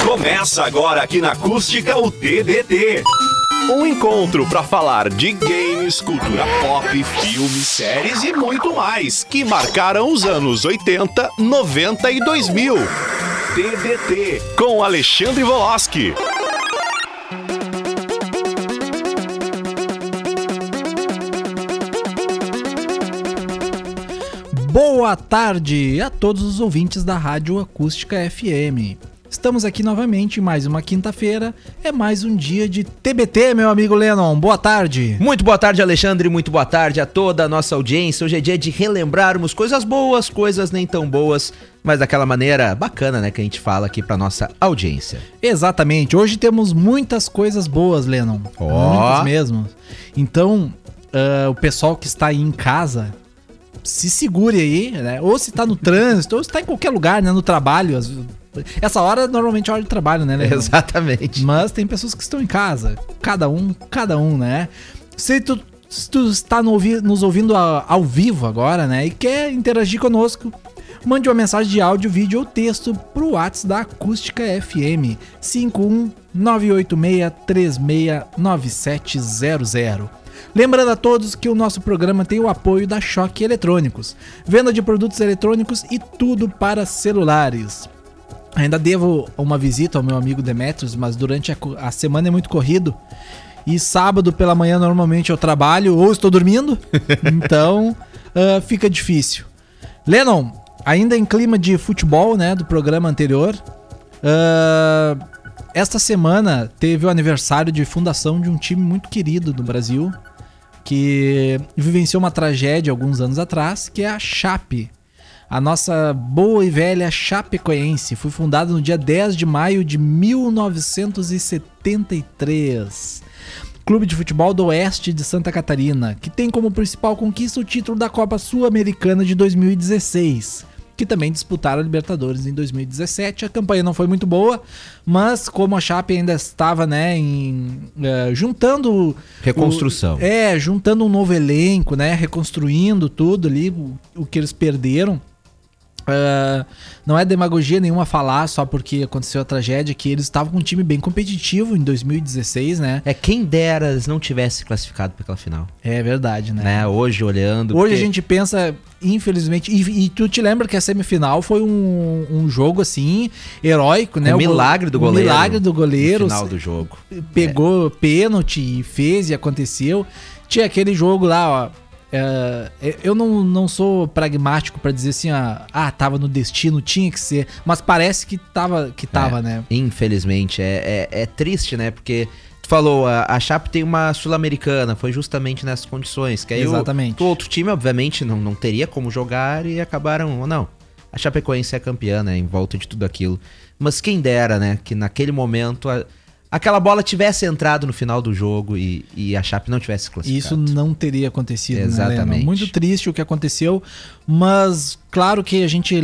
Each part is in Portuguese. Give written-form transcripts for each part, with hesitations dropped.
Começa agora aqui na Acústica o TBT. Um encontro para falar de games, cultura pop, filmes, séries e muito mais que marcaram os anos 80, 90 e 2000. TBT com Alexandre Woloski. Boa tarde a todos os ouvintes da Rádio Acústica FM. Estamos aqui novamente em mais uma quinta-feira, é mais um dia de TBT, meu amigo Lennon. Boa tarde. Muito boa tarde, Alexandre, muito boa tarde a toda a nossa audiência. Hoje é dia de relembrarmos coisas boas, coisas nem tão boas, mas daquela maneira bacana, né, que a gente fala aqui pra nossa audiência. Exatamente, hoje temos muitas coisas boas, Lennon. Muitas mesmo. Então, o pessoal que está aí em casa, se segure aí, né? Ou se tá no trânsito, ou se tá em qualquer lugar, né? No trabalho. Essa hora normalmente é hora de trabalho, né, Leandro? Exatamente. Mas tem pessoas que estão em casa. Cada um, né? Se tu está nos ouvindo ao vivo agora, né? E quer interagir conosco, mande uma mensagem de áudio, vídeo ou texto pro WhatsApp da Acústica FM 51986369700. Lembrando a todos que o nosso programa tem o apoio da Choque Eletrônicos, venda de produtos eletrônicos e tudo para celulares. Ainda devo uma visita ao meu amigo Demetrios, mas durante a semana é muito corrido. E sábado pela manhã normalmente eu trabalho ou estou dormindo, então fica difícil. Lennon, ainda em clima de futebol, né, do programa anterior, esta semana teve o aniversário de fundação de um time muito querido do Brasil, que vivenciou uma tragédia alguns anos atrás, que é a Chape. A nossa boa e velha Chapecoense foi fundada no dia 10 de maio de 1973. Clube de futebol do Oeste de Santa Catarina, que tem como principal conquista o título da Copa Sul-Americana de 2016, que também disputaram a Libertadores em 2017. A campanha não foi muito boa, mas como a Chape ainda estava, né, juntando... Reconstrução. Juntando um novo elenco, né, reconstruindo tudo ali, o que eles perderam. Não é demagogia nenhuma falar só porque aconteceu a tragédia, que eles estavam com um time bem competitivo em 2016, né? Quem dera eles não tivessem classificado para aquela final. É verdade, né? Hoje, olhando... Hoje a gente pensa, infelizmente... E tu te lembra que a semifinal foi um jogo, assim, heróico, né? O milagre do goleiro. O milagre do goleiro. No final do jogo. Pegou pênalti e fez e aconteceu. Tinha aquele jogo lá, ó... eu não sou pragmático pra dizer assim, tava no destino, tinha que ser, mas parece que tava, né? Infelizmente, é triste, né? Porque tu falou, a Chape tem uma Sul-Americana, foi justamente nessas condições, que aí exatamente. O outro time, obviamente, não teria como jogar e acabaram, não. A Chapecoense é campeã, né? Em volta de tudo aquilo. Mas quem dera, né? Que naquele momento... aquela bola tivesse entrado no final do jogo e a Chape não tivesse classificado. Isso não teria acontecido, exatamente. Né, muito triste o que aconteceu, mas claro que a gente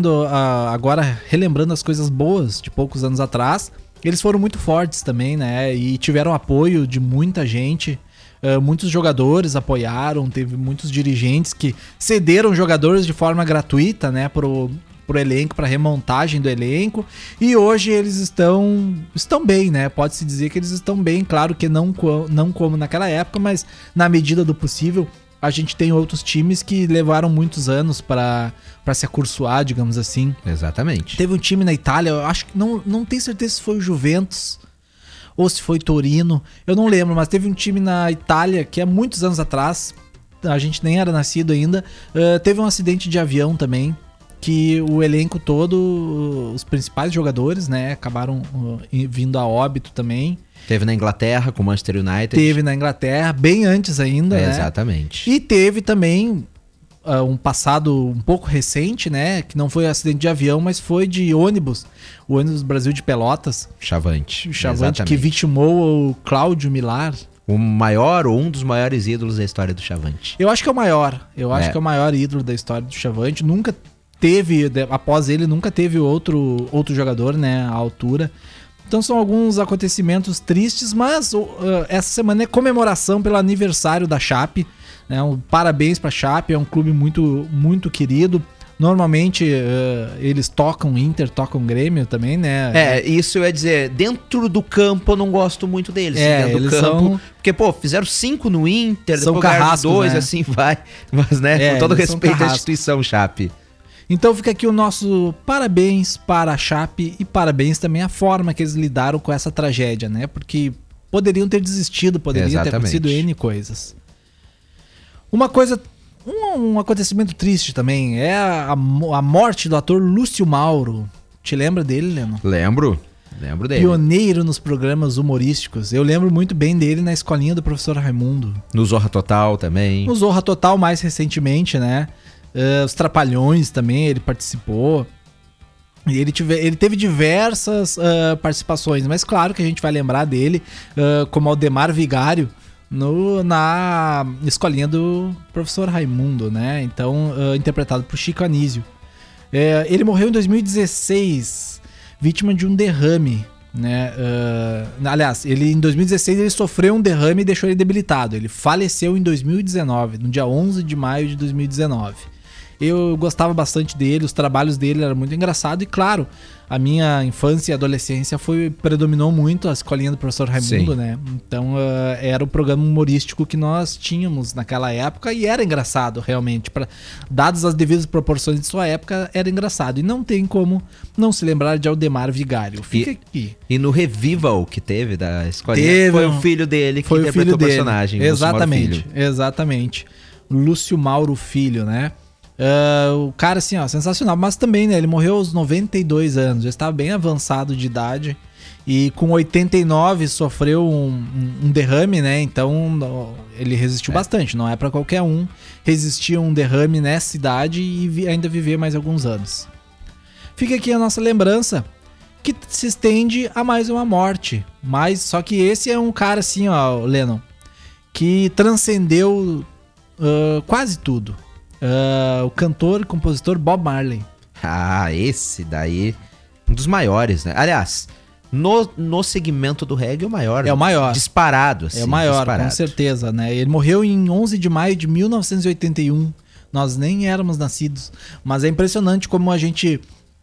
agora relembrando as coisas boas de poucos anos atrás, eles foram muito fortes também, né? E tiveram apoio de muita gente. Muitos jogadores apoiaram, teve muitos dirigentes que cederam jogadores de forma gratuita, né, pro elenco, para remontagem do elenco, e hoje eles estão bem, né? Pode-se dizer que eles estão bem, claro que não como naquela época, mas na medida do possível. A gente tem outros times que levaram muitos anos para se acursoar, digamos assim. Exatamente. Teve um time na Itália, eu acho que não tenho certeza se foi o Juventus ou se foi Torino, eu não lembro, mas teve um time na Itália que há muitos anos atrás, a gente nem era nascido ainda, teve um acidente de avião também, que o elenco todo, os principais jogadores, né, acabaram vindo a óbito também. Teve na Inglaterra com o Manchester United. Teve na Inglaterra, bem antes ainda, né? Exatamente. E teve também um passado um pouco recente, né, que não foi acidente de avião, mas foi de ônibus. O ônibus Brasil de Pelotas. Chavante. Que vitimou o Cláudio Milar. O maior ou um dos maiores ídolos da história do Chavante. Eu acho que é o maior. Acho que é o maior ídolo da história do Chavante. Após ele, nunca teve outro jogador, né, à altura. Então são alguns acontecimentos tristes, mas essa semana é comemoração pelo aniversário da Chape, né? Parabéns pra Chape, é um clube muito, muito querido. Normalmente eles tocam Inter, tocam Grêmio também, né? Isso eu ia dizer, dentro do campo eu não gosto muito deles. Dentro do eles campo, porque, fizeram 5 no Inter, são depois ganharam carrascos, 2, né? assim vai. Mas, né, com todo eles são respeito à carrascos. instituição Chape. Então fica aqui o nosso parabéns para a Chape e parabéns também à forma que eles lidaram com essa tragédia, né? Porque poderiam ter desistido, poderiam ter Exatamente. acontecido N coisas. Uma coisa, um acontecimento triste também é a morte do ator Lúcio Mauro. Te lembra dele, Leno? Lembro dele. Pioneiro nos programas humorísticos. Eu lembro muito bem dele na escolinha do professor Raimundo. No Zorra Total também. No Zorra Total mais recentemente, né? Os Trapalhões também, ele participou. E ele teve diversas participações, mas claro que a gente vai lembrar dele como Aldemar Vigário na escolinha do professor Raimundo, né? Então, interpretado por Chico Anísio. Ele morreu em 2016, vítima de um derrame, né? Aliás, em 2016 ele sofreu um derrame e deixou ele debilitado. Ele faleceu em 2019, no dia 11 de maio de 2019. Eu gostava bastante dele, os trabalhos dele eram muito engraçados e, claro, a minha infância e adolescência predominou muito a escolinha do professor Raimundo, Sim. né? Então era o programa humorístico que nós tínhamos naquela época e era engraçado, realmente. Dadas as devidas proporções de sua época, era engraçado. E não tem como não se lembrar de Aldemar Vigário. Fica aqui. E no revival que teve da escolinha, foi o filho dele que interpretou o personagem. Exatamente, exatamente. Lúcio Mauro Filho, né? O cara, assim, ó, sensacional. Mas também, né, ele morreu aos 92 anos. Já estava bem avançado de idade. E com 89 sofreu um derrame, né? Então ele resistiu bastante. Não é pra qualquer um resistir a um derrame nessa idade e ainda viver mais alguns anos. Fica aqui a nossa lembrança, que se estende a mais uma morte. Mas só que esse é um cara, assim, ó, Lennon, que transcendeu quase tudo. O cantor e compositor Bob Marley. Ah, esse daí, um dos maiores, né? Aliás, no segmento do reggae, o maior. É o maior. Disparado, assim. É o maior, disparado. com certeza, né? Ele morreu em 11 de maio de 1981. Nós nem éramos nascidos. Mas é impressionante como a gente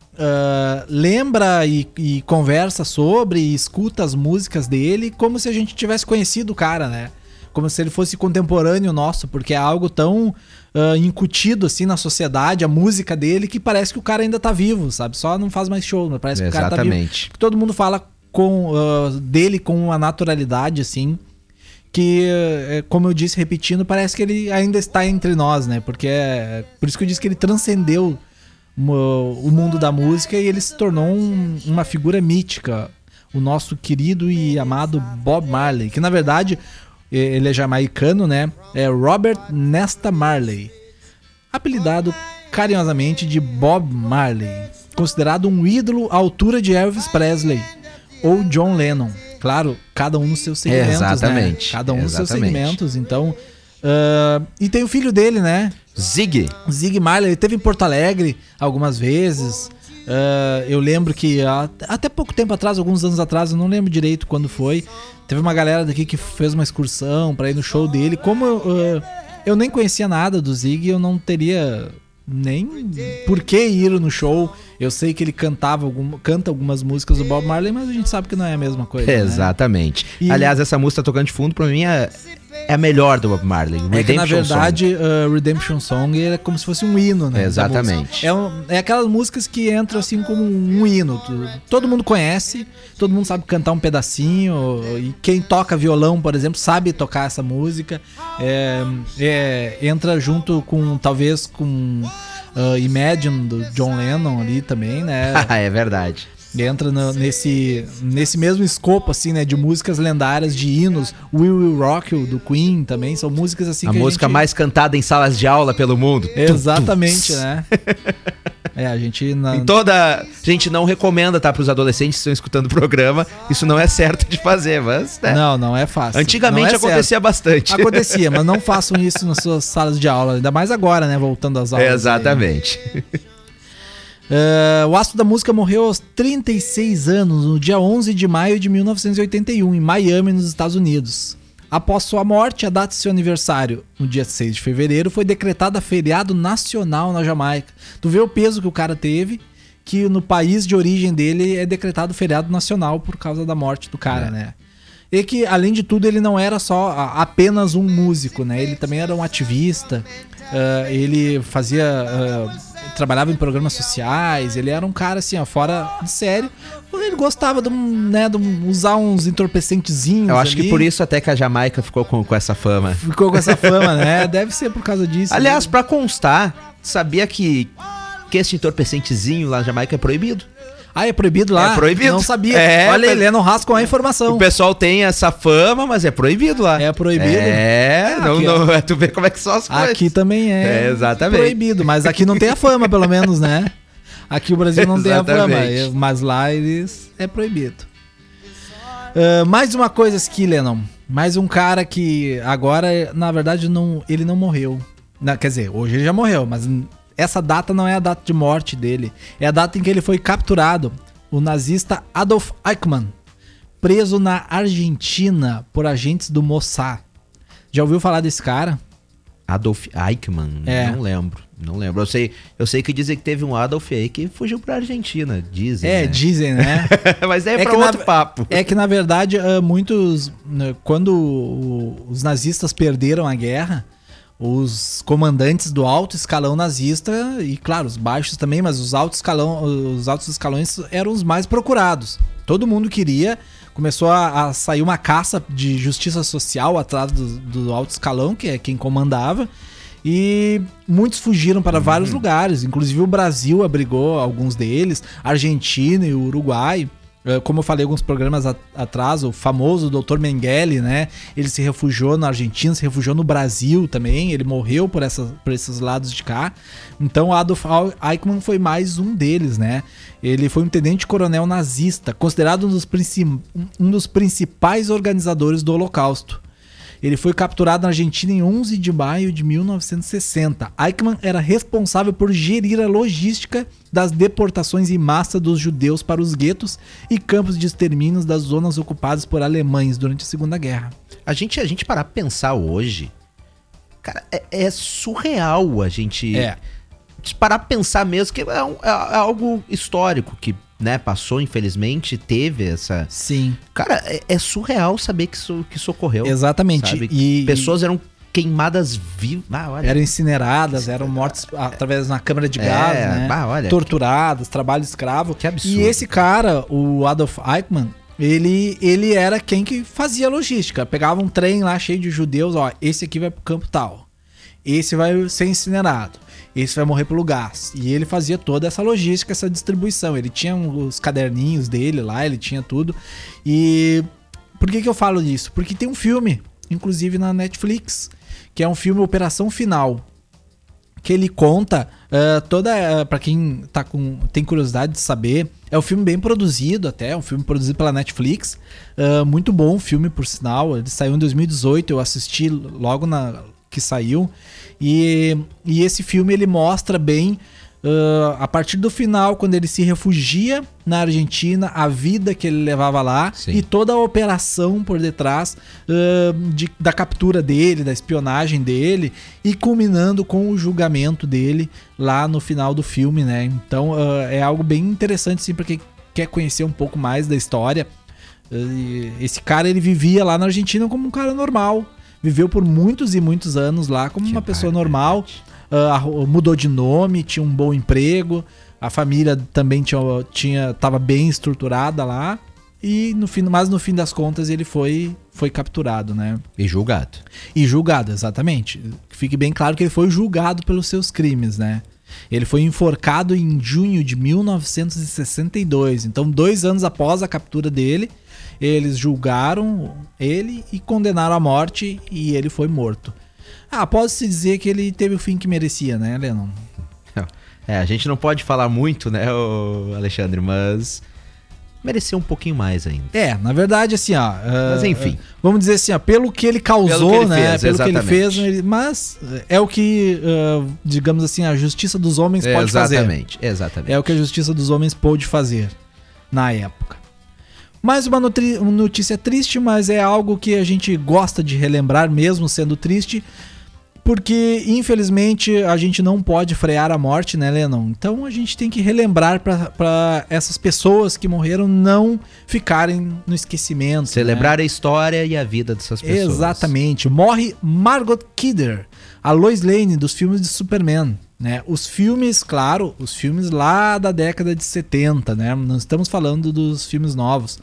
lembra e conversa sobre e escuta as músicas dele como se a gente tivesse conhecido o cara, né? Como se ele fosse contemporâneo nosso, porque é algo tão incutido assim na sociedade, a música dele, que parece que o cara ainda tá vivo, sabe? Só não faz mais show, mas parece que o cara tá vivo. Exatamente. Todo mundo fala dele com uma naturalidade, assim, que, como eu disse, repetindo, parece que ele ainda está entre nós, né? Porque por isso que eu disse que ele transcendeu o mundo da música e ele se tornou uma figura mítica, o nosso querido e amado Bob Marley, que na verdade ele é jamaicano, né? É Robert Nesta Marley, apelidado carinhosamente de Bob Marley, considerado um ídolo à altura de Elvis Presley ou John Lennon. Claro, cada um nos seus segmentos, Exatamente. né? Cada um nos seus Exatamente. segmentos, então... e tem o filho dele, né? Zig Marley. Ele esteve em Porto Alegre algumas vezes. Eu lembro que até pouco tempo atrás, alguns anos atrás, eu não lembro direito quando foi, teve uma galera daqui que fez uma excursão pra ir no show dele. Como eu nem conhecia nada do Zig, eu não teria nem por que ir no show. Eu sei que ele canta algumas músicas do Bob Marley, mas a gente sabe que não é a mesma coisa, né? Exatamente. E- Aliás, essa música tocando de fundo, pra mim, é a melhor do Bob Marley. É que na Redemption verdade Redemption Song é como se fosse um hino, né? Exatamente. Da música. É aquelas músicas que entram assim como um hino. Todo mundo conhece, todo mundo sabe cantar um pedacinho. E quem toca violão, por exemplo, sabe tocar essa música. Entra junto com, talvez, com Imagine do John Lennon ali também, né? é verdade. Entra nesse mesmo escopo, assim, né? De músicas lendárias, de hinos. We Will Rock You, do Queen, também. São músicas assim A que música a gente... mais cantada em salas de aula pelo mundo. Exatamente, né? A gente... A gente não recomenda, tá? Pros adolescentes que estão escutando o programa. Isso não é certo de fazer, mas... né? Não é fácil. Antigamente Não é acontecia certo. bastante. Acontecia, mas não façam isso nas suas salas de aula. Ainda mais agora, né? Voltando às aulas. Exatamente. O astro da música morreu aos 36 anos, no dia 11 de maio de 1981, em Miami, nos Estados Unidos. Após sua morte, a data de seu aniversário, no dia 6 de fevereiro, foi decretada feriado nacional na Jamaica. Tu vê o peso que o cara teve, que no país de origem dele é decretado feriado nacional por causa da morte do cara, né? E que, além de tudo, ele não era só apenas um músico, né? Ele também era um ativista, ele fazia... trabalhava em programas sociais, ele era um cara assim, ó, fora de sério. Ele gostava de usar uns entorpecentezinhos. Eu acho ali. que por isso até que a Jamaica ficou com essa fama. Ficou com essa fama, né? Deve ser por causa disso. Aliás, pra constar, sabia que esse entorpecentezinho lá na Jamaica é proibido? Ah, é proibido lá? É proibido. Não sabia. É, olha, ele não rasga a informação. O pessoal tem essa fama, mas é proibido lá. É proibido? Tu vê como é que são as coisas. Aqui também é exatamente. Proibido, mas aqui não tem a fama, pelo menos, né? Aqui o Brasil não tem a fama, mas lá eles é proibido. Mais uma coisa aqui, Lennon. Mais um cara que agora, na verdade, ele não morreu. Quer dizer, hoje ele já morreu, mas... Essa data não é a data de morte dele. É a data em que ele foi capturado. O nazista Adolf Eichmann, preso na Argentina por agentes do Mossad. Já ouviu falar desse cara? Adolf Eichmann? Não lembro. Eu sei que dizem que teve um Adolf aí que fugiu pra Argentina. Dizem, né? Dizem, né? Mas é pra outro papo. É que, na verdade, muitos... Quando os nazistas perderam a guerra... Os comandantes do alto escalão nazista, e claro, os baixos também, mas os altos escalões eram os mais procurados. Todo mundo queria, começou a sair uma caça de justiça social atrás do alto escalão, que é quem comandava, e muitos fugiram para vários lugares, inclusive o Brasil abrigou alguns deles, a Argentina e o Uruguai. Como eu falei alguns programas atrás, o famoso Dr. Mengele, né? Ele se refugiou na Argentina, se refugiou no Brasil também. Ele morreu por esses lados de cá. Então, Adolf Eichmann foi mais um deles, né? Ele foi um tenente-coronel nazista, considerado um dos principais organizadores do Holocausto. Ele foi capturado na Argentina em 11 de maio de 1960. Eichmann era responsável por gerir a logística das deportações em massa dos judeus para os guetos e campos de extermínio das zonas ocupadas por alemães durante a Segunda Guerra. A gente parar pra pensar hoje, cara, é surreal a gente parar pra pensar mesmo que é algo histórico que, né, passou, infelizmente, teve essa... Sim. Cara, é surreal saber que isso ocorreu. Exatamente. Sabe? E pessoas eram queimadas vivas. Eram incineradas, eram mortas através de uma câmara de gás, né? Torturadas, trabalho escravo. Que absurdo. E esse cara, o Adolf Eichmann, ele era quem que fazia a logística. Pegava um trem lá cheio de judeus, ó, esse aqui vai pro campo tal. Esse vai ser incinerado. Esse vai morrer pelo gás. E ele fazia toda essa logística, essa distribuição. Ele tinha os caderninhos dele lá, ele tinha tudo. E por que eu falo disso? Porque tem um filme, inclusive na Netflix, que é um filme Operação Final, que ele conta pra quem tem curiosidade de saber, é um filme bem produzido até, um filme produzido pela Netflix, muito bom filme, por sinal. Ele saiu em 2018, eu assisti logo que saiu, e esse filme ele mostra bem a partir do final, quando ele se refugia na Argentina, a vida que ele levava lá. Sim. E toda a operação por detrás da captura dele, da espionagem dele, e culminando com o julgamento dele lá no final do filme, né? Então é algo bem interessante, assim, para quem quer conhecer um pouco mais da história. Esse cara, ele vivia lá na Argentina como um cara normal, viveu por muitos e muitos anos lá como uma pessoa normal. Mudou de nome, tinha um bom emprego, a família também estava bem estruturada lá, mas no fim das contas ele foi capturado, né? E julgado. E julgado, exatamente. Fique bem claro que ele foi julgado pelos seus crimes, né? Ele foi enforcado em junho de 1962, então 2 anos após a captura dele, eles julgaram ele e condenaram à morte, e ele foi morto. Pode-se dizer que ele teve o fim que merecia, né, Lennon? A gente não pode falar muito, né, Alexandre, mas mereceu um pouquinho mais ainda. Na verdade, assim, mas enfim. Vamos dizer assim, pelo que ele causou, né? Pelo que ele fez, mas é o que, digamos assim, a justiça dos homens pode fazer. Exatamente. É o que a justiça dos homens pôde fazer na época. Mais uma notícia triste, mas é algo que a gente gosta de relembrar mesmo sendo triste, porque infelizmente a gente não pode frear a morte, né, Lennon? Então a gente tem que relembrar para essas pessoas que morreram não ficarem no esquecimento. Celebrar, né, a história e a vida dessas pessoas. Exatamente. Morre Margot Kidder, a Lois Lane dos filmes de Superman. Né? Os filmes, claro, os filmes lá da década de 70, né? Não estamos falando dos filmes novos.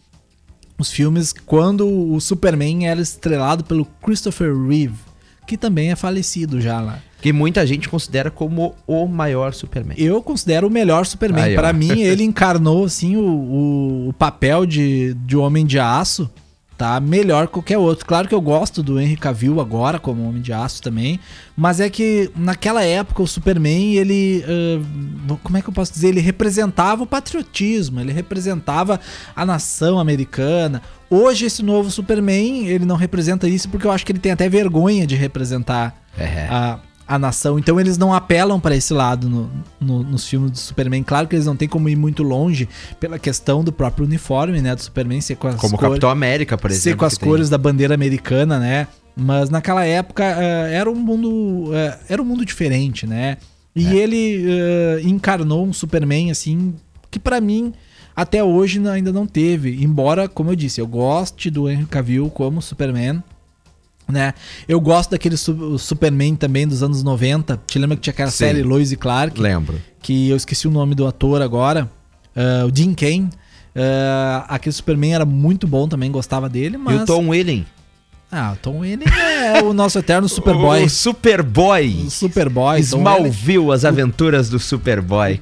Os filmes quando o Superman era estrelado pelo Christopher Reeve, que também é falecido já lá. Que muita gente considera como o maior Superman. Eu considero o melhor Superman. Para mim, ele encarnou assim, o papel de Homem de Aço, tá? Melhor que qualquer outro. Claro que eu gosto do Henry Cavill agora como Homem de Aço também, mas é que naquela época o Superman, ele como é que eu posso dizer? Ele representava o patriotismo, ele representava a nação americana. Hoje esse novo Superman, ele não representa isso porque eu acho que ele tem até vergonha de representar a nação. Então eles não apelam para esse lado nos filmes do Superman. Claro que eles não têm como ir muito longe pela questão do próprio uniforme, né, do Superman ser com as como cores, Capitão América, por exemplo, ser com as cores da bandeira americana, né? Mas naquela época era um mundo diferente, né? E ele encarnou um Superman assim que pra mim até hoje ainda não teve. Embora, como eu disse, eu goste do Henry Cavill como Superman, né? Eu gosto daquele Superman também dos anos 90. Te lembra que tinha aquela série Lois e Clark? Lembro. Que eu esqueci o nome do ator agora. O Jim Kane. Aquele Superman era muito bom também, gostava dele, mas... E o Tom Welling? O Tom Welling é o nosso eterno Superboy. O Superboy. O Superboy. Smallville, as aventuras do Superboy.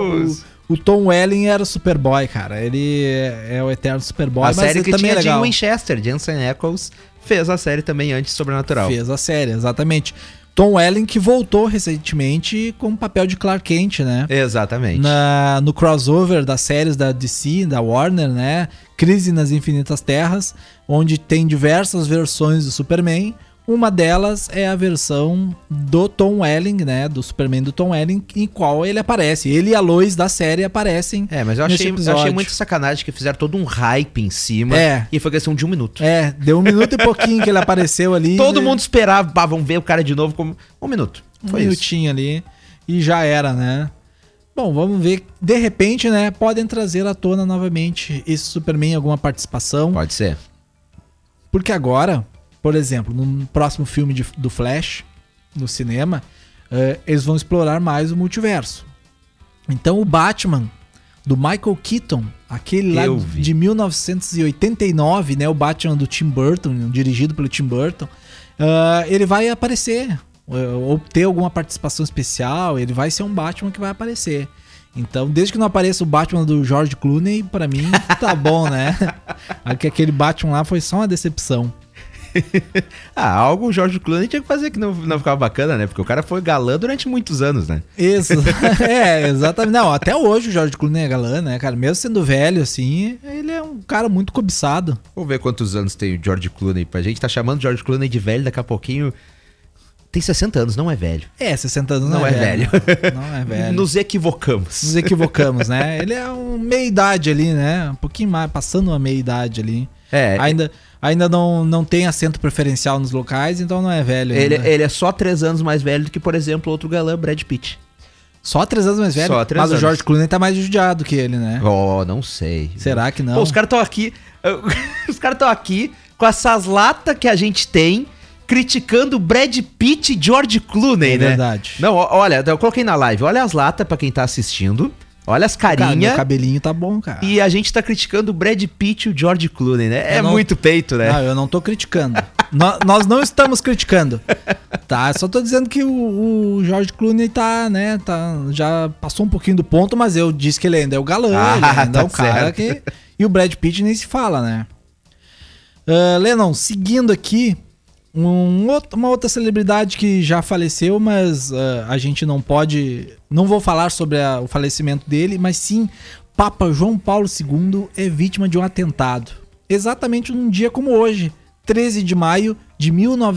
O Tom Welling era o Superboy, cara. Ele é o eterno Superboy. A mas série que também tinha é legal. Jim Winchester, Jensen Ackles, fez a série também antes Sobrenatural. Fez a série, exatamente. Tom Welling que voltou recentemente com o papel de Clark Kent, né? Exatamente. No crossover das séries da DC, da Warner, né? Crise nas Infinitas Terras, onde tem diversas versões do Superman. Uma delas é a versão do Tom Welling, né? Do Superman do Tom Welling, em qual ele aparece. Ele e a Lois da série aparecem. Mas eu achei muito sacanagem que fizeram todo um hype em cima. E foi questão de 1 minuto. Deu 1 minuto e pouquinho que ele apareceu ali. Todo mundo esperava, vamos ver o cara de novo como 1 minuto. Foi um minutinho ali e já era, né? Bom, vamos ver. De repente, né? Podem trazer à tona novamente esse Superman em alguma participação. Pode ser. Porque agora... Por exemplo, no próximo filme do Flash, no cinema, eles vão explorar mais o multiverso. Então o Batman, do Michael Keaton, aquele lá de 1989, né, o Batman do Tim Burton, dirigido pelo Tim Burton, ele vai aparecer, ou ter alguma participação especial, ele vai ser um Batman que vai aparecer. Então, desde que não apareça o Batman do George Clooney, pra mim tá bom, né? Aquele Batman lá foi só uma decepção. Algo o George Clooney tinha que fazer que não ficava bacana, né? Porque o cara foi galã durante muitos anos, né? Isso, exatamente. Não, até hoje o George Clooney é galã, né, cara? Mesmo sendo velho, assim, ele é um cara muito cobiçado. Vamos ver quantos anos tem o George Clooney. Pra gente tá chamando o George Clooney de velho, daqui a pouquinho... Tem 60 anos, não é velho. 60 anos não é velho. Não é velho. Nos equivocamos, né? Ele é meia-idade ali, né? Um pouquinho mais, passando uma meia-idade ali. Ainda não tem assento preferencial nos locais, então não é velho. Ele é só 3 anos mais velho do que, por exemplo, outro galã, Brad Pitt. Só 3 anos mais velho? Só 3 anos. Mas o George Clooney tá mais judiado que ele, né? Não sei. Será que não? Pô, os caras estão aqui... Os caras estão aqui com essas latas que a gente tem, criticando Brad Pitt e George Clooney, né? É verdade. Não, olha, eu coloquei na live. Olha as latas pra quem tá assistindo. Olha as carinhas. O cabelinho tá bom, cara. E a gente tá criticando o Brad Pitt e o George Clooney, né? Muito peito, né? Não, eu não tô criticando. Nós não estamos criticando. Tá, só tô dizendo que o George Clooney tá, né? Já passou um pouquinho do ponto, mas eu disse que ele ainda é o galã. Ele ainda é o cara que... E o Brad Pitt nem se fala, né? Lennon, seguindo aqui, uma outra celebridade que já faleceu, mas a gente não pode... Não vou falar sobre o falecimento dele, mas sim, Papa João Paulo II é vítima de um atentado. Exatamente num dia como hoje, 13 de maio de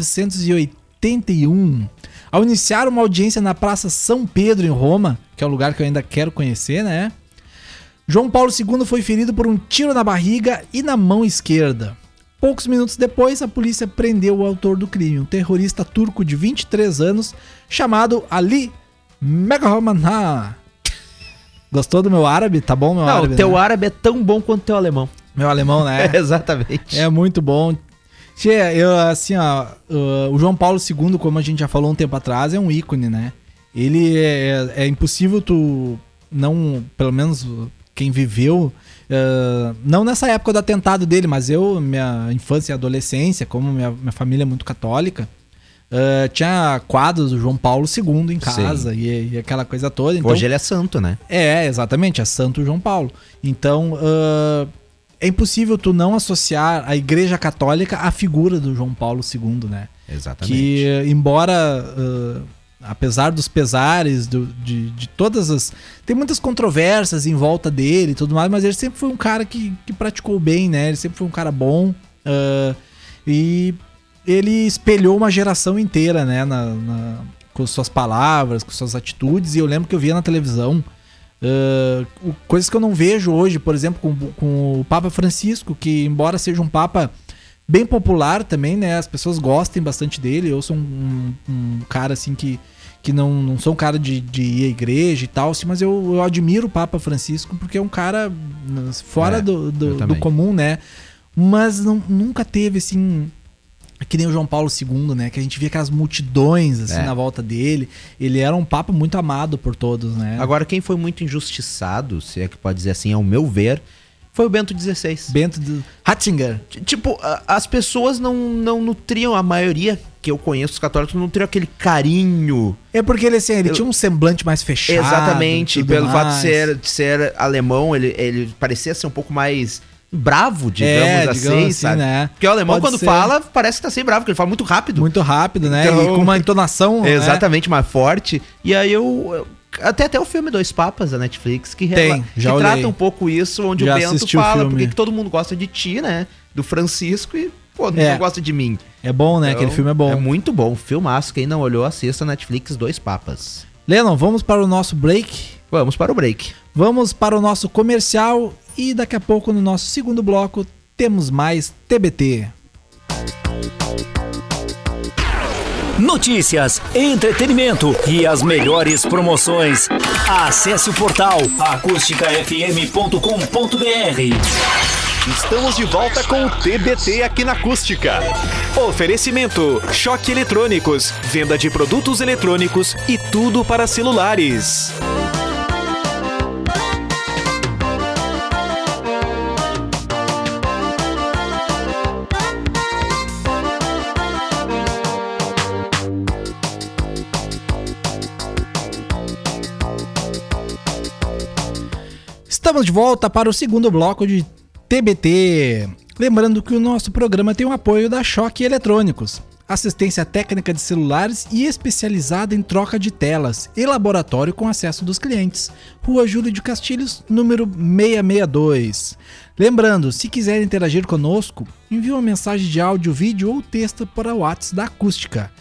1981. Ao iniciar uma audiência na Praça São Pedro, em Roma, que é um lugar que eu ainda quero conhecer, né? João Paulo II foi ferido por um tiro na barriga e na mão esquerda. Poucos minutos depois, a polícia prendeu o autor do crime, um terrorista turco de 23 anos, chamado Ali Meghromanah. Gostou do meu árabe? Tá bom, meu árabe? Não, o teu né? árabe é tão bom quanto o teu alemão. Meu alemão, né? Exatamente. É muito bom. Tchê, o João Paulo II, como a gente já falou um tempo atrás, é um ícone, né? Ele é impossível tu não, pelo menos quem viveu, não nessa época do atentado dele, mas minha infância e adolescência, como minha família é muito católica, tinha quadros do João Paulo II em casa e aquela coisa toda. Então, hoje ele é santo, né? Exatamente, é Santo João Paulo. Então, é impossível tu não associar a Igreja Católica à figura do João Paulo II, né? Exatamente. Que, embora, apesar dos pesares, de todas as... Tem muitas controvérsias em volta dele e tudo mais, mas ele sempre foi um cara que praticou bem, né? Ele sempre foi um cara bom. E ele espelhou uma geração inteira, né? Com suas palavras, com suas atitudes. E eu lembro que eu via na televisão coisas que eu não vejo hoje, por exemplo, com o Papa Francisco, que embora seja um Papa bem popular também, né? As pessoas gostem bastante dele. Eu sou um cara assim que não sou um cara de ir à igreja e tal, assim, mas eu admiro o Papa Francisco porque é um cara fora do comum, né? Mas nunca teve assim... Que nem o João Paulo II, né? Que a gente via aquelas multidões assim na volta dele. Ele era um papa muito amado por todos, né? Agora, quem foi muito injustiçado, se é que pode dizer assim, ao meu ver, foi o Bento XVI. Bento de Ratzinger. Tipo, as pessoas não nutriam, a maioria que eu conheço, os católicos, não nutriam aquele carinho. É porque ele tinha um semblante mais fechado. Exatamente, pelo fato de ser alemão, ele parecia ser um pouco mais... bravo, digamos assim, sabe? Né? Porque o alemão, quando fala, parece que tá sempre bravo, porque ele fala muito rápido. Muito rápido, né? Então, e com uma entonação... Exatamente, mais forte. E aí até o filme Dois Papas da Netflix, que trata um pouco isso, onde o Bento fala porque que todo mundo gosta de ti, né? Do Francisco e, não gosta de mim. É bom, né? Então, aquele filme é bom. É muito bom, filmaço. Quem não olhou, assista Netflix Dois Papas. Lennon, vamos para o nosso break? Vamos para o break. Vamos para o nosso comercial e daqui a pouco no nosso segundo bloco temos mais TBT. Notícias, entretenimento e as melhores promoções. Acesse o portal acusticafm.com.br. Estamos de volta com o TBT aqui na Acústica. Oferecimento: Choque Eletrônicos, venda de produtos eletrônicos e tudo para celulares. Estamos de volta para o segundo bloco de TBT. Lembrando que o nosso programa tem o apoio da Choque Eletrônicos, assistência técnica de celulares e especializada em troca de telas e laboratório com acesso dos clientes. Rua Júlio de Castilhos, número 662. Lembrando, se quiser interagir conosco, envie uma mensagem de áudio, vídeo ou texto para o WhatsApp da Acústica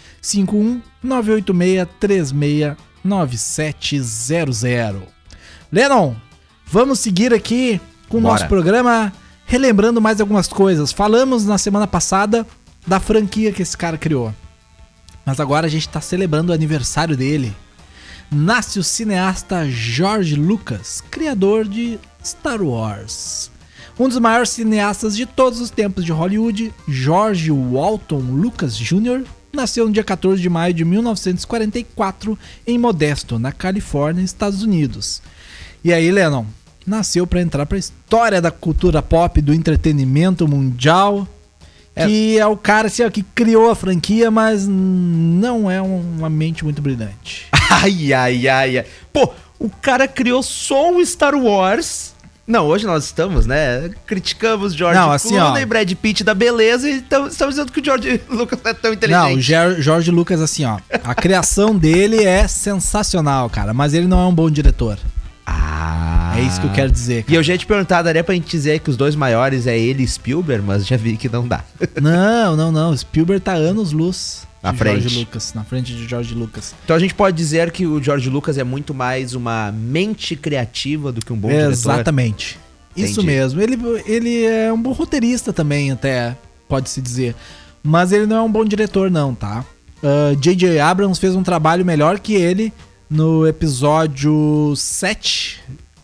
51986369700. Lennon, vamos seguir aqui com o nosso programa, relembrando mais algumas coisas. Falamos na semana passada da franquia que esse cara criou, mas agora a gente está celebrando o aniversário dele. Nasce o cineasta George Lucas, criador de Star Wars. Um dos maiores cineastas de todos os tempos de Hollywood, George Walton Lucas Jr., nasceu no dia 14 de maio de 1944 em Modesto, na Califórnia, Estados Unidos. E aí, Lennon, nasceu para entrar para a história da cultura pop, do entretenimento mundial, que é o cara assim, que criou a franquia, mas não é uma mente muito brilhante. Ai. Pô, o cara criou só o Star Wars. Não, hoje nós estamos, né? Criticamos George Clooney, Brad Pitt da beleza e estamos dizendo que o George Lucas não é tão inteligente. Não, o George Lucas, assim, ó, a criação dele é sensacional, cara, mas ele não é um bom diretor. É isso que eu quero dizer, cara. E eu já ia te perguntar, daria pra gente dizer que os dois maiores é ele e Spielberg, mas já vi que não dá. Não. Spielberg tá anos-luz. À de frente. George Lucas, na frente de George Lucas. Então a gente pode dizer que o George Lucas é muito mais uma mente criativa do que um bom diretor. Exatamente. Isso Entendi. mesmo. Ele é um bom roteirista também, até, pode-se dizer. Mas ele não é um bom diretor, não, tá? J.J. Abrams fez um trabalho melhor que ele no episódio 7.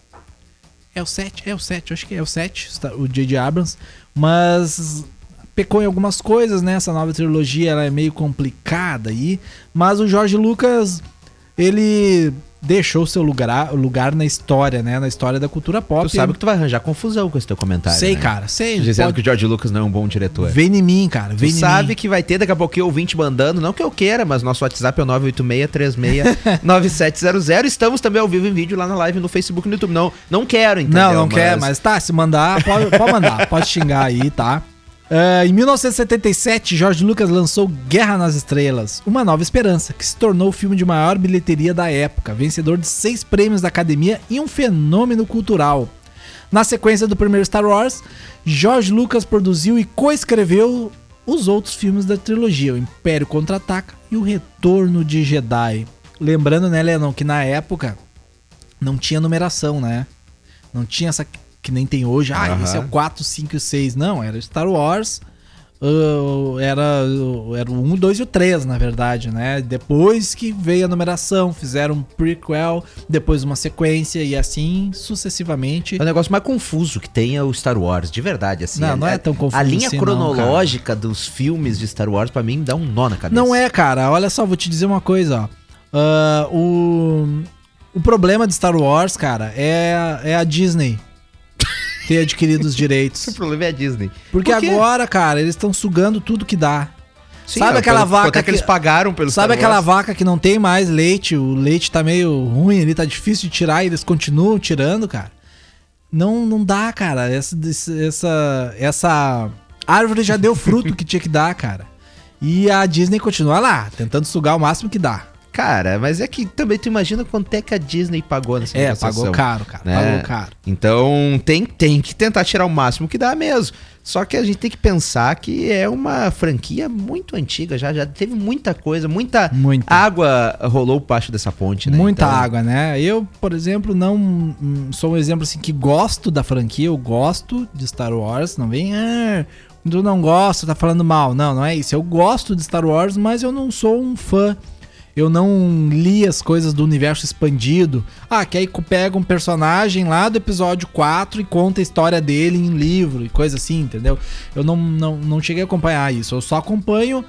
É o 7, acho que é o 7, o J.J. Abrams. Mas pecou em algumas coisas, né? Essa nova trilogia ela é meio complicada aí. Mas o George Lucas, ele deixou seu lugar na história, né? Na história da cultura pop. Tu sabe que tu vai arranjar confusão com esse teu comentário. Sei, né? cara, sei. Dizendo pode- que o George Lucas não é um bom diretor. Vem em mim, cara. Vem Tu em sabe mim. que vai ter daqui a pouquinho ouvinte mandando, não que eu queira, mas nosso WhatsApp é o 986369700. Estamos também ao vivo em vídeo lá na live no Facebook e no YouTube. Não quero, entendeu? Não quer, mas tá, se mandar, pode mandar, pode xingar aí, tá? Em 1977, George Lucas lançou Guerra nas Estrelas, Uma Nova Esperança, que se tornou o filme de maior bilheteria da época, vencedor de 6 prêmios da Academia e um fenômeno cultural. Na sequência do primeiro Star Wars, George Lucas produziu e coescreveu os outros filmes da trilogia, O Império Contra-Ataca e O Retorno de Jedi. Lembrando, né, Lennon, que na época não tinha numeração, né? Não tinha essa que nem tem hoje. Esse é o 4, 5 e 6. Não, era Star Wars. Era o 1, 2 e o 3, na verdade, né? Depois que veio a numeração, fizeram um prequel, depois uma sequência e assim sucessivamente. É o negócio mais confuso que tem é o Star Wars, de verdade, assim. Não é tão confuso A linha assim, cronológica dos filmes de Star Wars, pra mim, dá um nó na cabeça. Não é, cara. Olha só, vou te dizer uma coisa, ó. O problema de Star Wars, cara, é a Disney ter adquirido os direitos. O problema é a Disney. Porque Por quê? agora, cara, eles estão sugando tudo que dá. Sim, sabe aquela vaca quanto é que eles pagaram pelo Sabe Star aquela Wars? vaca que não tem mais leite? O leite tá meio ruim ali, tá difícil de tirar e eles continuam tirando, cara. Não dá, cara. Essa árvore já deu fruto que tinha que dar, cara. E a Disney continua lá, tentando sugar o máximo que dá. Cara, mas é que também tu imagina quanto é que a Disney pagou nessa negociação. Pagou caro, cara. né? Pagou caro. Então tem que tentar tirar o máximo que dá mesmo. Só que a gente tem que pensar que é uma franquia muito antiga, já teve muita coisa, muita água rolou baixo dessa ponte, né? Muita Então, água, né? Eu, por exemplo, não sou um exemplo assim que gosto da franquia, eu gosto de Star Wars, não vem, tu não gosta, tá falando mal. Não é isso. Eu gosto de Star Wars, mas eu não sou um fã. Eu não li as coisas do universo expandido. Que aí pega um personagem lá do episódio 4 e conta a história dele em livro e coisa assim, entendeu? Eu não cheguei a acompanhar isso. Eu só acompanho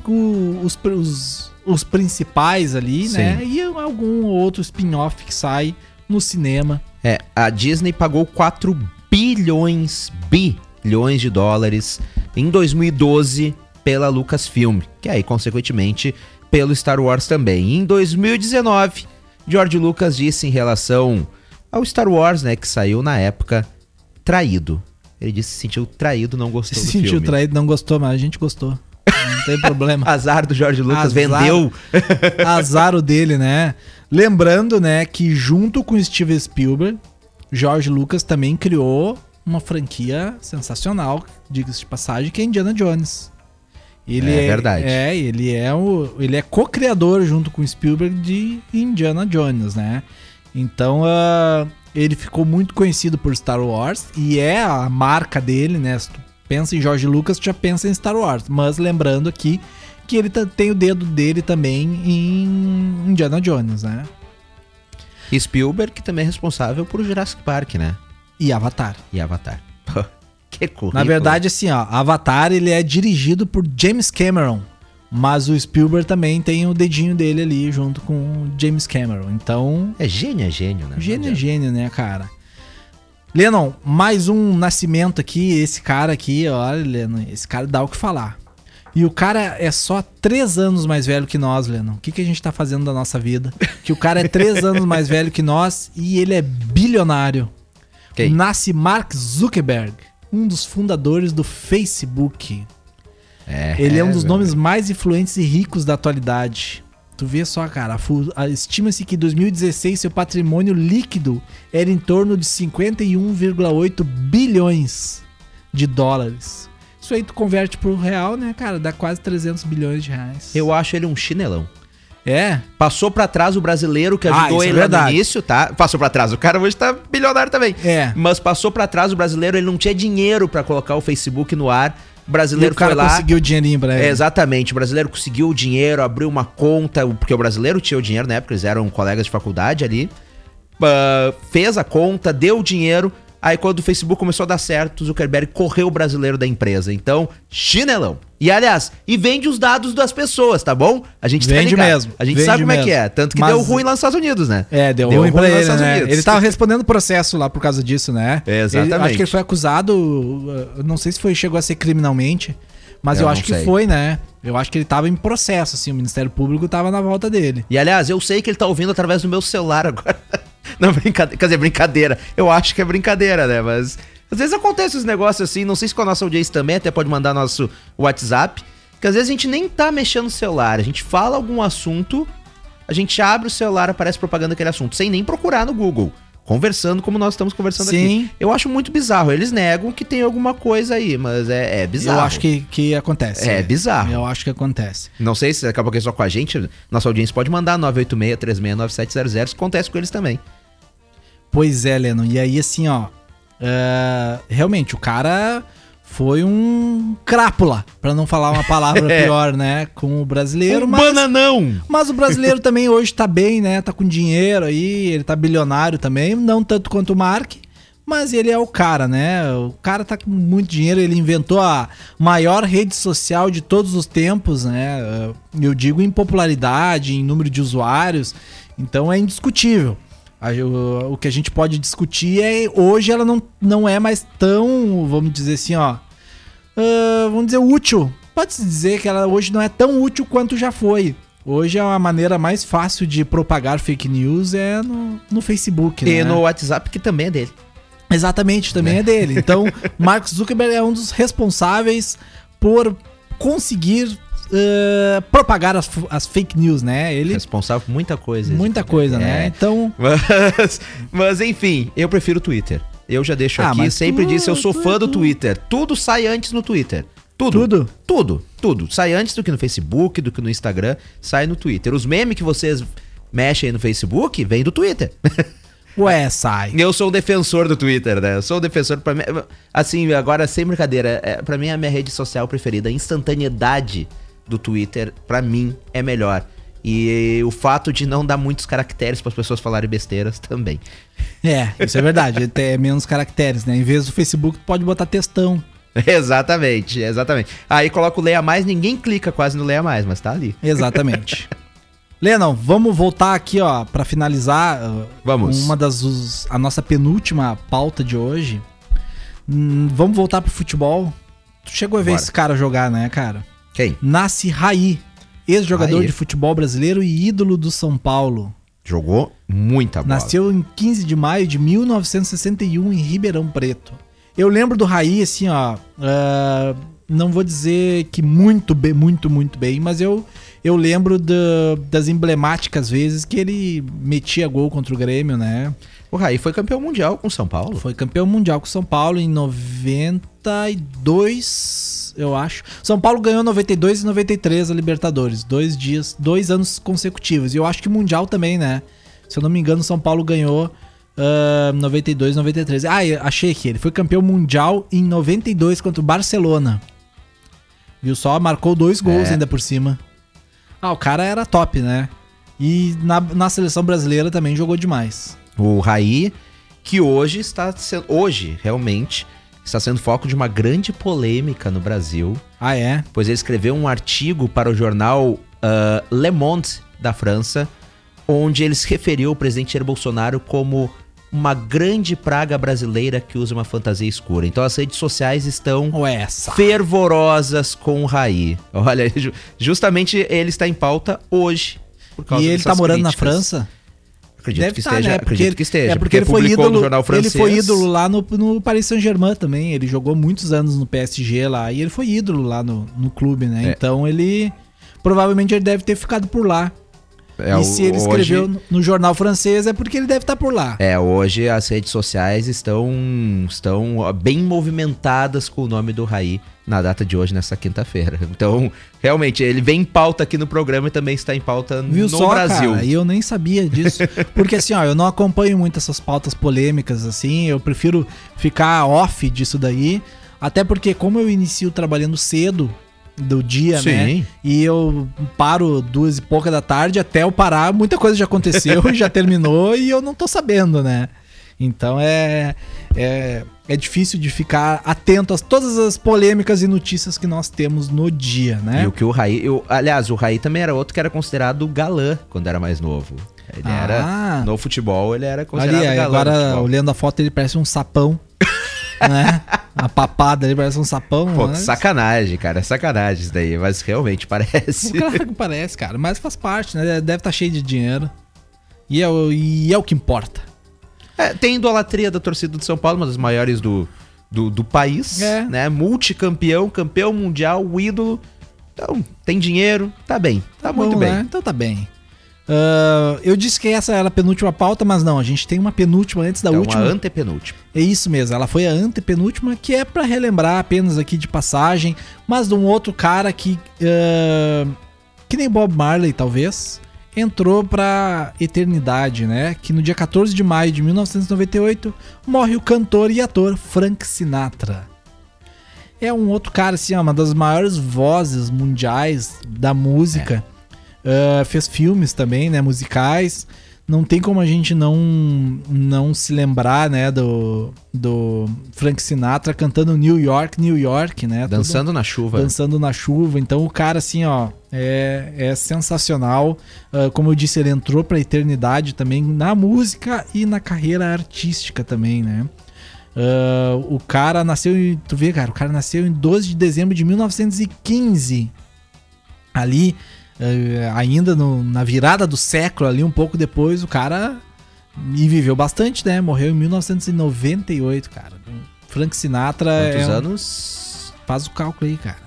os principais ali, Sim. né? E algum outro spin-off que sai no cinema. a Disney pagou 4 bilhões de dólares em 2012 pela Lucasfilm, que aí, consequentemente, pelo Star Wars também. Em 2019, George Lucas disse em relação ao Star Wars, né, que saiu na época, traído. Ele disse que se sentiu traído, não gostou Se do sentiu filme. traído, não gostou, mas a gente gostou. Não tem problema. Azar do George Lucas, Azar. vendeu. Azar o dele, né? Lembrando, né, que junto com Steven Spielberg, George Lucas também criou uma franquia sensacional, diga-se de passagem, que é Indiana Jones. Ele É verdade. Ele é co-criador junto com Spielberg de Indiana Jones, né? Então, ele ficou muito conhecido por Star Wars e é a marca dele, né? Se tu pensa em George Lucas, tu já pensa em Star Wars. Mas lembrando aqui que ele tem o dedo dele também em Indiana Jones, né? Spielberg, que também é responsável por Jurassic Park, né? E Avatar. E Avatar. Que currículo. Na verdade, assim, ó, Avatar ele é dirigido por James Cameron, mas o Spielberg também tem o dedinho dele ali junto com o James Cameron. Então, É gênio, né? gênio é gênio, né, cara? Lennon, mais um nascimento aqui, esse cara aqui, olha, Lennon, esse cara dá o que falar. E o cara é só 3 anos mais velho que nós, Lennon. O que a gente tá fazendo da nossa vida? Que o cara é 3 anos mais velho que nós e ele é bilionário. Quem? Nasce Mark Zuckerberg, um dos fundadores do Facebook. Ele é um dos nomes mais influentes e ricos da atualidade. Tu vê só, cara, estima-se que em 2016 seu patrimônio líquido era em torno de 51,8 bilhões de dólares. Isso aí tu converte pro real, né, cara? Dá quase 300 bilhões de reais. Eu acho ele um chinelão. É? Passou pra trás o brasileiro que ajudou isso é ele lá no verdade. início, tá? Passou pra trás. O cara hoje tá bilionário também. É. Mas passou pra trás o brasileiro, ele não tinha dinheiro pra colocar o Facebook no ar. O E brasileiro o cara foi lá. conseguiu o dinheirinho pra ele. Exatamente, o brasileiro conseguiu o dinheiro, abriu uma conta, porque o brasileiro tinha o dinheiro na época, eles eram colegas de faculdade ali. Fez a conta, deu o dinheiro. Aí quando o Facebook começou a dar certo, o Zuckerberg correu o brasileiro da empresa. Então, chinelão. E aliás, e vende os dados das pessoas, tá bom? A gente tá Vende ligado. mesmo, A gente vende sabe como é que mesmo. é. Tanto que Mas- deu ruim lá nos Estados Unidos, né? É, deu ruim pra lá nos ele, Estados né? Unidos. Ele tava respondendo processo lá por causa disso, né? Exatamente. Acho que ele foi acusado, eu não sei se chegou a ser criminalmente, mas Eu eu não acho que sei. foi, né? Eu acho que ele tava em processo, assim, o Ministério Público tava na volta dele. E aliás, eu sei que ele tá ouvindo através do meu celular agora. Não, brincadeira. Quer dizer, brincadeira. Eu acho que é brincadeira, né? Mas às vezes acontece os negócios assim. Não sei se com a nossa audiência também, até pode mandar nosso WhatsApp. Que às vezes a gente nem tá mexendo no celular. A gente fala algum assunto, a gente abre o celular, aparece propaganda daquele assunto, sem nem procurar no Google. Conversando como nós estamos conversando Sim. aqui. Eu acho muito bizarro. Eles negam que tem alguma coisa aí, mas é bizarro. Eu acho que acontece. É bizarro. Eu acho que acontece. Não sei se daqui a pouco é só com a gente. Nossa audiência pode mandar 986-369700, se acontece com eles também. Pois é, Lennon. E aí, assim, ó. Realmente, o cara foi um crápula, pra não falar uma palavra pior, né? Com o brasileiro, Bananão! Mas o brasileiro também hoje tá bem, né? Tá com dinheiro aí, ele tá bilionário também, não tanto quanto o Mark, mas ele é o cara, né? O cara tá com muito dinheiro, ele inventou a maior rede social de todos os tempos, né? Eu digo em popularidade, em número de usuários, então é indiscutível. O que a gente pode discutir é hoje ela não é mais tão, vamos dizer assim, ó, vamos dizer útil. Pode-se dizer que ela hoje não é tão útil quanto já foi. Hoje é uma maneira mais fácil de propagar fake news é no Facebook, né? E no WhatsApp, que também é dele. Exatamente, também é dele. Então, Mark Zuckerberg é um dos responsáveis por conseguir propagar as fake news, né? Ele Responsável por muita coisa. muita coisa, né? Então, Mas enfim, eu prefiro o Twitter. Eu já deixo aqui, mas sempre disse, eu sou fã do Twitter. Tudo sai antes no Twitter. Tudo? Tudo. Sai antes do que no Facebook, do que no Instagram, sai no Twitter. Os memes que vocês mexem aí no Facebook, vem do Twitter. ué, sai. Eu sou um defensor do Twitter, né? Eu sou um defensor, pra mim, assim, agora sem brincadeira, pra mim é a minha rede social preferida. A instantaneidade do Twitter, pra mim, é melhor. E o fato de não dar muitos caracteres para as pessoas falarem besteiras também. É, isso é verdade. É menos caracteres, né? Em vez do Facebook, tu pode botar textão. Exatamente. Aí coloca o Leia Mais, ninguém clica quase no Leia Mais, mas tá ali. Exatamente. Lennon, vamos voltar aqui, ó, pra finalizar. Vamos. A nossa penúltima pauta de hoje. Vamos voltar pro futebol. Tu chegou a ver Bora. esse cara jogar, né, cara? Quem? Nasce Raí, ex-jogador Raí. de futebol brasileiro e ídolo do São Paulo. Jogou muita bola. Nasceu em 15 de maio de 1961 em Ribeirão Preto. Eu lembro do Raí, assim, ó. Não vou dizer que muito bem, mas eu lembro das emblemáticas vezes que ele metia gol contra o Grêmio, né? O Raí foi campeão mundial com São Paulo. Foi campeão mundial com São Paulo em 92, eu acho. São Paulo ganhou 92 e 93 a Libertadores. 2 anos consecutivos. E eu acho que mundial também, né? Se eu não me engano, São Paulo ganhou 92, 93. Achei aqui. Ele foi campeão mundial em 92 contra o Barcelona. Viu só? Marcou 2 gols ainda por cima. O cara era top, né? E na seleção brasileira também jogou demais. O Raí, que hoje realmente está sendo foco de uma grande polêmica no Brasil. Ah, é? Pois ele escreveu um artigo para o jornal Le Monde da França, onde ele se referiu ao presidente Jair Bolsonaro como uma grande praga brasileira que usa uma fantasia escura. Então as redes sociais estão fervorosas com o Raí. Olha, justamente ele está em pauta hoje. Por causa e ele tá morando críticas. na França? Acredito que esteja. É porque ele foi publicou ídolo, no jornal francês. ele foi ídolo lá no Paris Saint-Germain também. Ele jogou muitos anos no PSG lá e ele foi ídolo lá no clube, né? Então ele provavelmente ele deve ter ficado por lá. E se ele escreveu no jornal francês é porque ele deve estar por lá. Hoje as redes sociais estão bem movimentadas com o nome do Raí na data de hoje, nessa quinta-feira. Então, realmente, ele vem em pauta aqui no programa e também está em pauta no Brasil. Cara, e eu nem sabia disso. Porque assim, ó, eu não acompanho muito essas pautas polêmicas, assim, eu prefiro ficar off disso daí. Até porque, como eu inicio trabalhando cedo do dia, Sim. né? E eu paro 2 e pouca da tarde, até eu parar, muita coisa já aconteceu e já terminou e eu não tô sabendo, né? Então é difícil de ficar atento a todas as polêmicas e notícias que nós temos no dia, né? E o que o Raí... aliás, o Raí também era outro que era considerado galã quando era mais novo. Ele era... No futebol, ele era considerado ali, galã. Agora, olhando a foto, ele parece um sapão, né? A papada ali parece um sapão. Pô, né? sacanagem, cara. Sacanagem isso daí. Mas realmente parece. Claro que parece, cara. Mas faz parte, né? Deve estar cheio de dinheiro. E é o que importa. Tem idolatria da torcida do São Paulo, uma das maiores do país, né? Multicampeão, campeão mundial, o ídolo. Então, tem dinheiro, tá bem. Tá muito bom, bem. Né? Então tá bem. Eu disse que essa era a penúltima pauta, mas não, a gente tem uma penúltima antes da última. Uma antepenúltima. É isso mesmo, ela foi a antepenúltima, que é pra relembrar apenas aqui de passagem, mas de um outro cara que nem Bob Marley, talvez, entrou pra eternidade, né? Que no dia 14 de maio de 1998 morre o cantor e ator Frank Sinatra. É um outro cara, assim, uma das maiores vozes mundiais da música. Fez filmes também, né, musicais. Não tem como a gente não se lembrar, né, do Frank Sinatra cantando New York, New York, né? Dançando na chuva. Dançando na chuva. Então o cara, assim, ó, é sensacional. Como eu disse, ele entrou pra eternidade também na música e na carreira artística também, né? O cara nasceu em... Tu vê, cara, o cara nasceu em 12 de dezembro de 1915. Ali... ainda na virada do século, ali um pouco depois, o cara viveu bastante, né? Morreu em 1998, cara. Frank Sinatra. Quantos anos? Faz o cálculo aí, cara.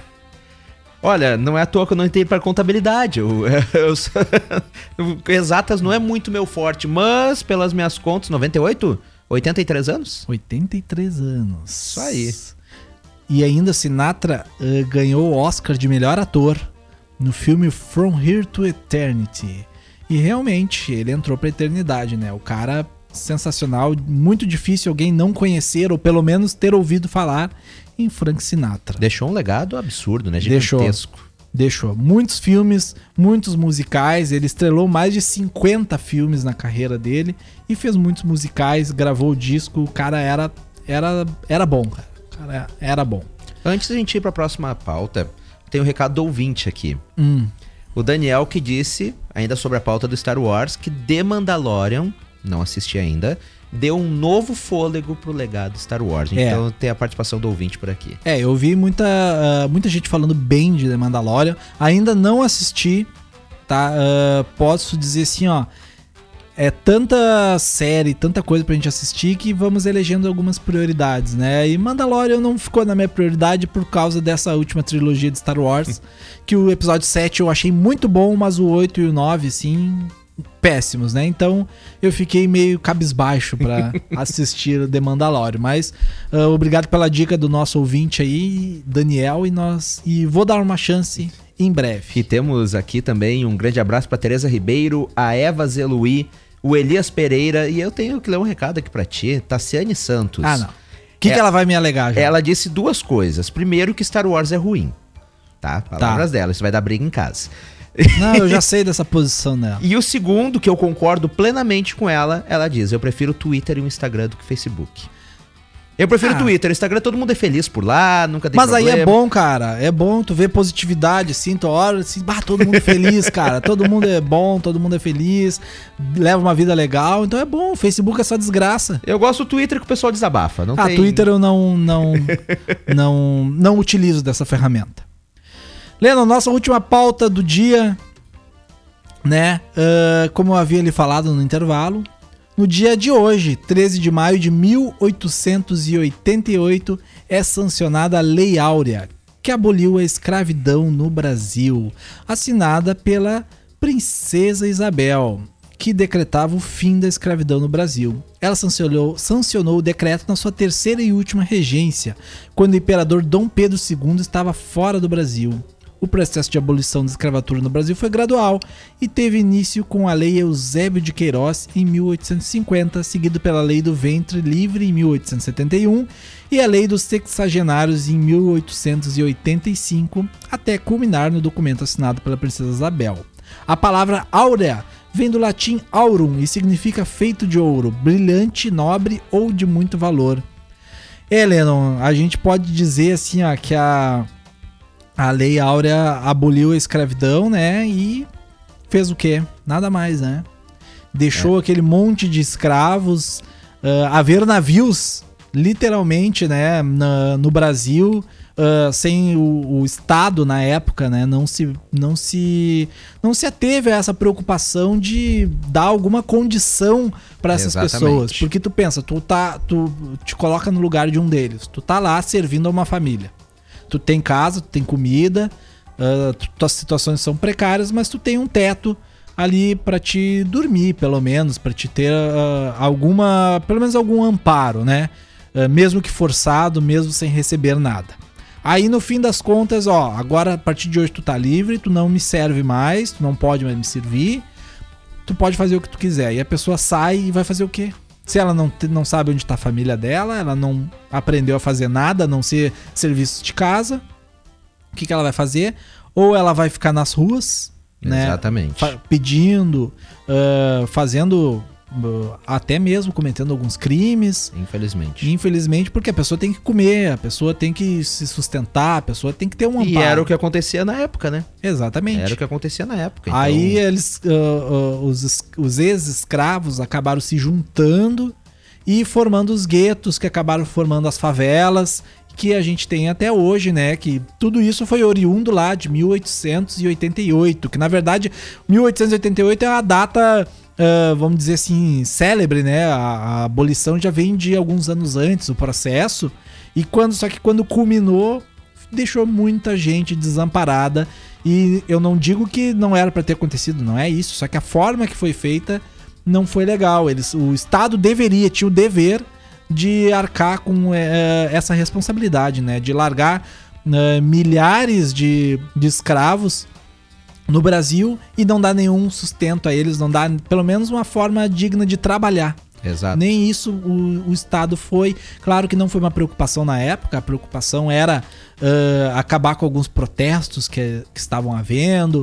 Olha, não é à toa que eu não entrei pra contabilidade. Exatas não é muito meu forte, mas pelas minhas contas, 98? 83 anos? 83 anos. Isso aí. E ainda Sinatra ganhou o Oscar de melhor ator no filme From Here to Eternity. E realmente, ele entrou pra eternidade, né? O cara sensacional, muito difícil alguém não conhecer, ou pelo menos ter ouvido falar em Frank Sinatra. Deixou um legado absurdo, né? Gigantesco. Deixou. Muitos filmes, muitos musicais. Ele estrelou mais de 50 filmes na carreira dele e fez muitos musicais, gravou o disco. O cara era bom, cara. O cara era bom. Antes da gente ir pra próxima pauta, tem um recado do ouvinte aqui. O Daniel que disse, ainda sobre a pauta do Star Wars, que The Mandalorian, não assisti ainda, deu um novo fôlego pro legado Star Wars. Então tem a participação do ouvinte por aqui. Eu vi muita gente falando bem de The Mandalorian. Ainda não assisti, tá? Posso dizer assim, ó. É tanta série, tanta coisa pra gente assistir que vamos elegendo algumas prioridades, né? E Mandalorian não ficou na minha prioridade por causa dessa última trilogia de Star Wars, que o episódio 7 eu achei muito bom, mas o 8 e o 9, assim, péssimos, né? Então eu fiquei meio cabisbaixo pra assistir The Mandalorian. Mas obrigado pela dica do nosso ouvinte aí, Daniel, e vou dar uma chance em breve. E temos aqui também um grande abraço pra Tereza Ribeiro, a Eva Zeluí, o Elias Pereira, e eu tenho que ler um recado aqui pra ti, Tassiane Santos. Ah, não. O que ela vai me alegar, já? Ela disse duas coisas. Primeiro, que Star Wars é ruim, tá? Palavras dela, isso vai dar briga em casa. Não, eu já sei dessa posição dela. E o segundo, que eu concordo plenamente com ela, ela diz, eu prefiro o Twitter e o Instagram do que o Facebook. Eu prefiro o Twitter, o Instagram, todo mundo é feliz por lá, nunca tem problema. Mas aí é bom, cara, é bom tu ver positividade, assim, tu olha assim, todo mundo feliz, cara, todo mundo é bom, todo mundo é feliz, leva uma vida legal, então é bom, o Facebook é só desgraça. Eu gosto do Twitter que o pessoal desabafa, não tem... Twitter eu não utilizo dessa ferramenta. Lendo, nossa última pauta do dia, né, como eu havia lhe falado no intervalo, no dia de hoje, 13 de maio de 1888, é sancionada a Lei Áurea, que aboliu a escravidão no Brasil, assinada pela Princesa Isabel, que decretava o fim da escravidão no Brasil. Ela sancionou o decreto na sua terceira e última regência, quando o imperador Dom Pedro II estava fora do Brasil. O processo de abolição da escravatura no Brasil foi gradual e teve início com a Lei Eusébio de Queiroz em 1850, seguido pela Lei do Ventre Livre em 1871 e a Lei dos Sexagenários em 1885, até culminar no documento assinado pela Princesa Isabel. A palavra áurea vem do latim aurum e significa feito de ouro, brilhante, nobre ou de muito valor. Lennon, a gente pode dizer assim, ó, que a Lei Áurea aboliu a escravidão, né? E fez o quê? Nada mais, né? Deixou aquele monte de escravos, haver navios, literalmente, né? No Brasil, sem o Estado na época, né? Não se ateve a essa preocupação de dar alguma condição para essas pessoas. Porque tu pensa, tu te coloca no lugar de um deles. Tu tá lá servindo a uma família. Tu tem casa, tu tem comida, tuas situações são precárias, mas tu tem um teto ali para te dormir, pelo menos, para te ter pelo menos algum amparo, né? Mesmo que forçado, mesmo sem receber nada. Aí no fim das contas, agora a partir de hoje tu tá livre, tu não me serve mais, tu não pode mais me servir, tu pode fazer o que tu quiser. E a pessoa sai e vai fazer o quê? Se ela não sabe onde está a família dela, ela não aprendeu a fazer nada, a não ser serviços de casa, o que ela vai fazer? Ou ela vai ficar nas ruas, né? Exatamente. Pedindo, fazendo, até mesmo cometendo alguns crimes. Infelizmente, porque a pessoa tem que comer, a pessoa tem que se sustentar, a pessoa tem que ter um amparo. E era o que acontecia na época, né? Exatamente. Era o que acontecia na época. Então... Aí os ex-escravos acabaram se juntando e formando os guetos, que acabaram formando as favelas, que a gente tem até hoje, né? Que tudo isso foi oriundo lá de 1888, que na verdade 1888 é uma data... vamos dizer assim, célebre, né? A abolição já vem de alguns anos antes, o processo. E só que quando culminou, deixou muita gente desamparada. E eu não digo que não era para ter acontecido, não é isso. Só que a forma que foi feita não foi legal. O Estado tinha o dever de arcar com essa responsabilidade, né? De largar milhares de escravos no Brasil e não dá nenhum sustento a eles, não dá pelo menos uma forma digna de trabalhar. Exato. Nem isso o Estado foi. Claro que não foi uma preocupação na época, a preocupação era acabar com alguns protestos que estavam havendo.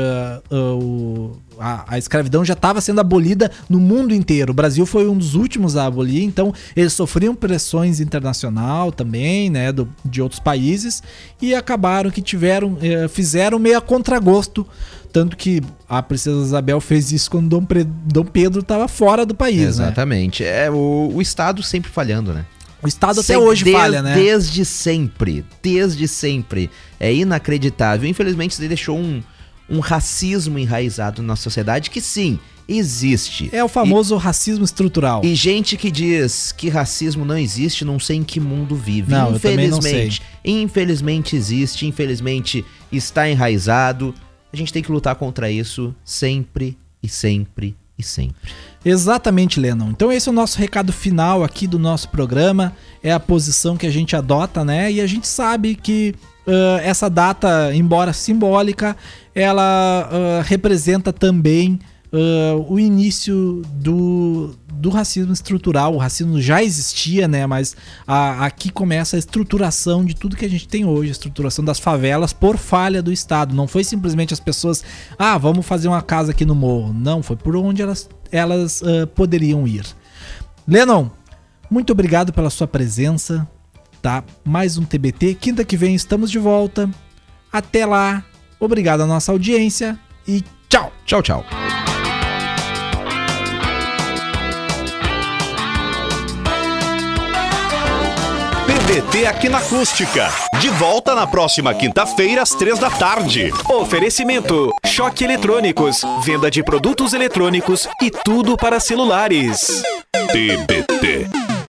A escravidão já estava sendo abolida no mundo inteiro. O Brasil foi um dos últimos a abolir, então eles sofriam pressões internacional também, né, de outros países, e acabaram que fizeram meio a contragosto, tanto que a Princesa Isabel fez isso quando Dom Pedro estava fora do país. Exatamente. Né? O Estado sempre falhando, né? O Estado até hoje falha, né? Desde sempre. É inacreditável. Infelizmente isso deixou um racismo enraizado na sociedade que sim, existe. É o famoso racismo estrutural. E gente que diz que racismo não existe, não sei em que mundo vive. Não, eu também não sei. Infelizmente existe, infelizmente está enraizado. A gente tem que lutar contra isso sempre e sempre e sempre. Exatamente, Lennon. Então esse é o nosso recado final aqui do nosso programa. É a posição que a gente adota, né? E a gente sabe que essa data, embora simbólica, ela representa também o início do racismo estrutural. O racismo já existia, né? Mas aqui começa a estruturação de tudo que a gente tem hoje, a estruturação das favelas por falha do Estado. Não foi simplesmente as pessoas, vamos fazer uma casa aqui no morro. Não, foi por onde elas poderiam ir. Lennon, muito obrigado pela sua presença. Tá? Mais um TBT. Quinta que vem estamos de volta. Até lá. Obrigado à nossa audiência e tchau. Tchau, tchau. TBT aqui na Acústica. De volta na próxima quinta-feira às 15h. Oferecimento: Choque Eletrônicos, venda de produtos eletrônicos e tudo para celulares. TBT.